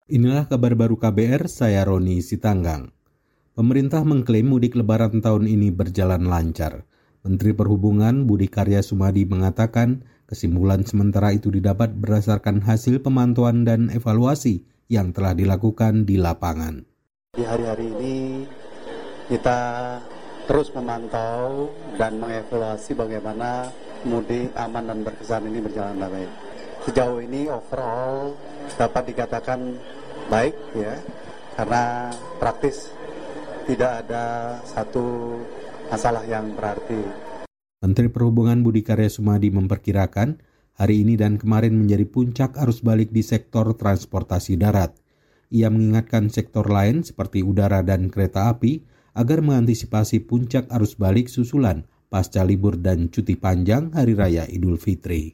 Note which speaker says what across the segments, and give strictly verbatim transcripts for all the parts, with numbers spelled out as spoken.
Speaker 1: Inilah kabar baru K B R, saya Roni Sitanggang. Pemerintah mengklaim mudik lebaran tahun ini berjalan lancar. Menteri Perhubungan Budi Karya Sumadi mengatakan kesimpulan sementara itu didapat berdasarkan hasil pemantauan dan evaluasi yang telah dilakukan di lapangan.
Speaker 2: Di hari-hari ini kita terus memantau dan mengevaluasi bagaimana mudik aman dan berkesan ini berjalan baik. Sejauh ini overall dapat dikatakan baik ya, karena praktis tidak ada satu masalah yang berarti.
Speaker 1: Menteri Perhubungan Budi Karya Sumadi memperkirakan hari ini dan kemarin menjadi puncak arus balik di sektor transportasi darat. Ia mengingatkan sektor lain seperti udara dan kereta api agar mengantisipasi puncak arus balik susulan pasca libur dan cuti panjang Hari Raya Idul Fitri.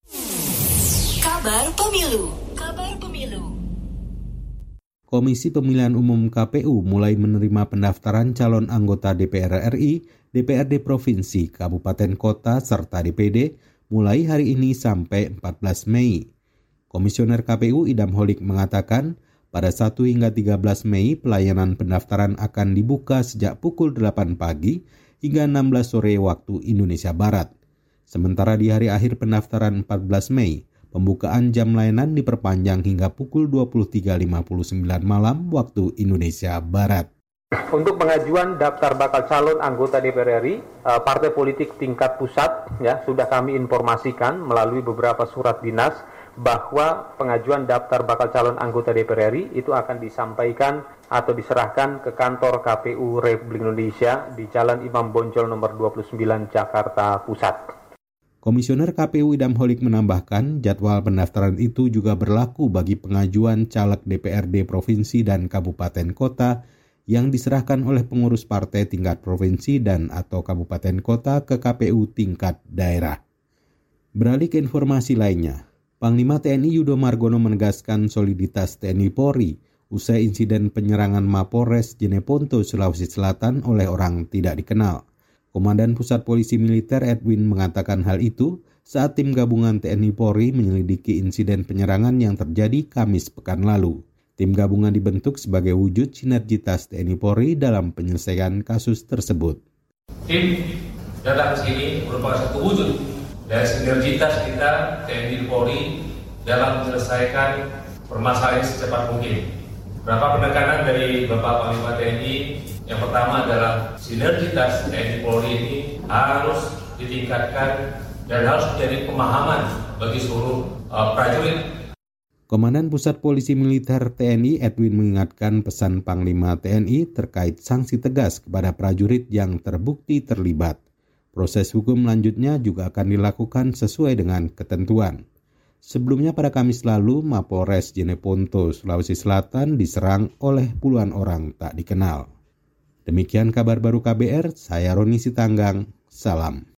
Speaker 3: Kabar Pemilu. Kabar Pemilu.
Speaker 1: Komisi Pemilihan Umum K P U mulai menerima pendaftaran calon anggota D P R R I, D P R D Provinsi, Kabupaten Kota, serta D P D mulai hari ini sampai empat belas Mei. Komisioner K P U Idam Holik mengatakan pada satu hingga tiga belas Mei pelayanan pendaftaran akan dibuka sejak pukul delapan pagi hingga enam belas sore waktu Indonesia Barat. Sementara di hari akhir pendaftaran empat belas Mei, pembukaan jam layanan diperpanjang hingga pukul dua puluh tiga lima puluh sembilan malam waktu Indonesia Barat.
Speaker 4: Untuk pengajuan daftar bakal calon anggota D P R R I, partai politik tingkat pusat ya sudah kami informasikan melalui beberapa surat dinas bahwa pengajuan daftar bakal calon anggota D P R R I itu akan disampaikan atau diserahkan ke kantor K P U Republik Indonesia di Jalan Imam Bonjol nomor dua puluh sembilan Jakarta Pusat.
Speaker 1: Komisioner K P U Idam Holik menambahkan jadwal pendaftaran itu juga berlaku bagi pengajuan caleg D P R D Provinsi dan Kabupaten Kota yang diserahkan oleh pengurus partai tingkat provinsi dan atau kabupaten kota ke K P U tingkat daerah. Beralih ke informasi lainnya, Panglima T N I Yudo Margono menegaskan soliditas T N I Polri usai insiden penyerangan Mapolres Jeneponto, Sulawesi Selatan oleh orang tidak dikenal. Komandan Pusat Polisi Militer Edwin mengatakan hal itu saat tim gabungan T N I Polri menyelidiki insiden penyerangan yang terjadi Kamis pekan lalu. Tim gabungan dibentuk sebagai wujud sinergitas T N I Polri dalam penyelesaian kasus tersebut.
Speaker 5: Tim datang ke sini merupakan satu wujud dari sinergitas kita T N I Polri dalam menyelesaikan permasalahan secepat mungkin. Berapa penekanan dari Bapak Panglima T N I? Yang pertama adalah sinergitas T N I Polri ini harus ditingkatkan dan harus menjadi pemahaman bagi seluruh uh, prajurit.
Speaker 1: Komandan Pusat Polisi Militer T N I Edwin mengingatkan pesan Panglima T N I terkait sanksi tegas kepada prajurit yang terbukti terlibat. Proses hukum lanjutnya juga akan dilakukan sesuai dengan ketentuan. Sebelumnya pada Kamis lalu, Mapolres Jeneponto, Sulawesi Selatan diserang oleh puluhan orang tak dikenal. Demikian kabar baru K B R, saya Roni Sitanggang, salam.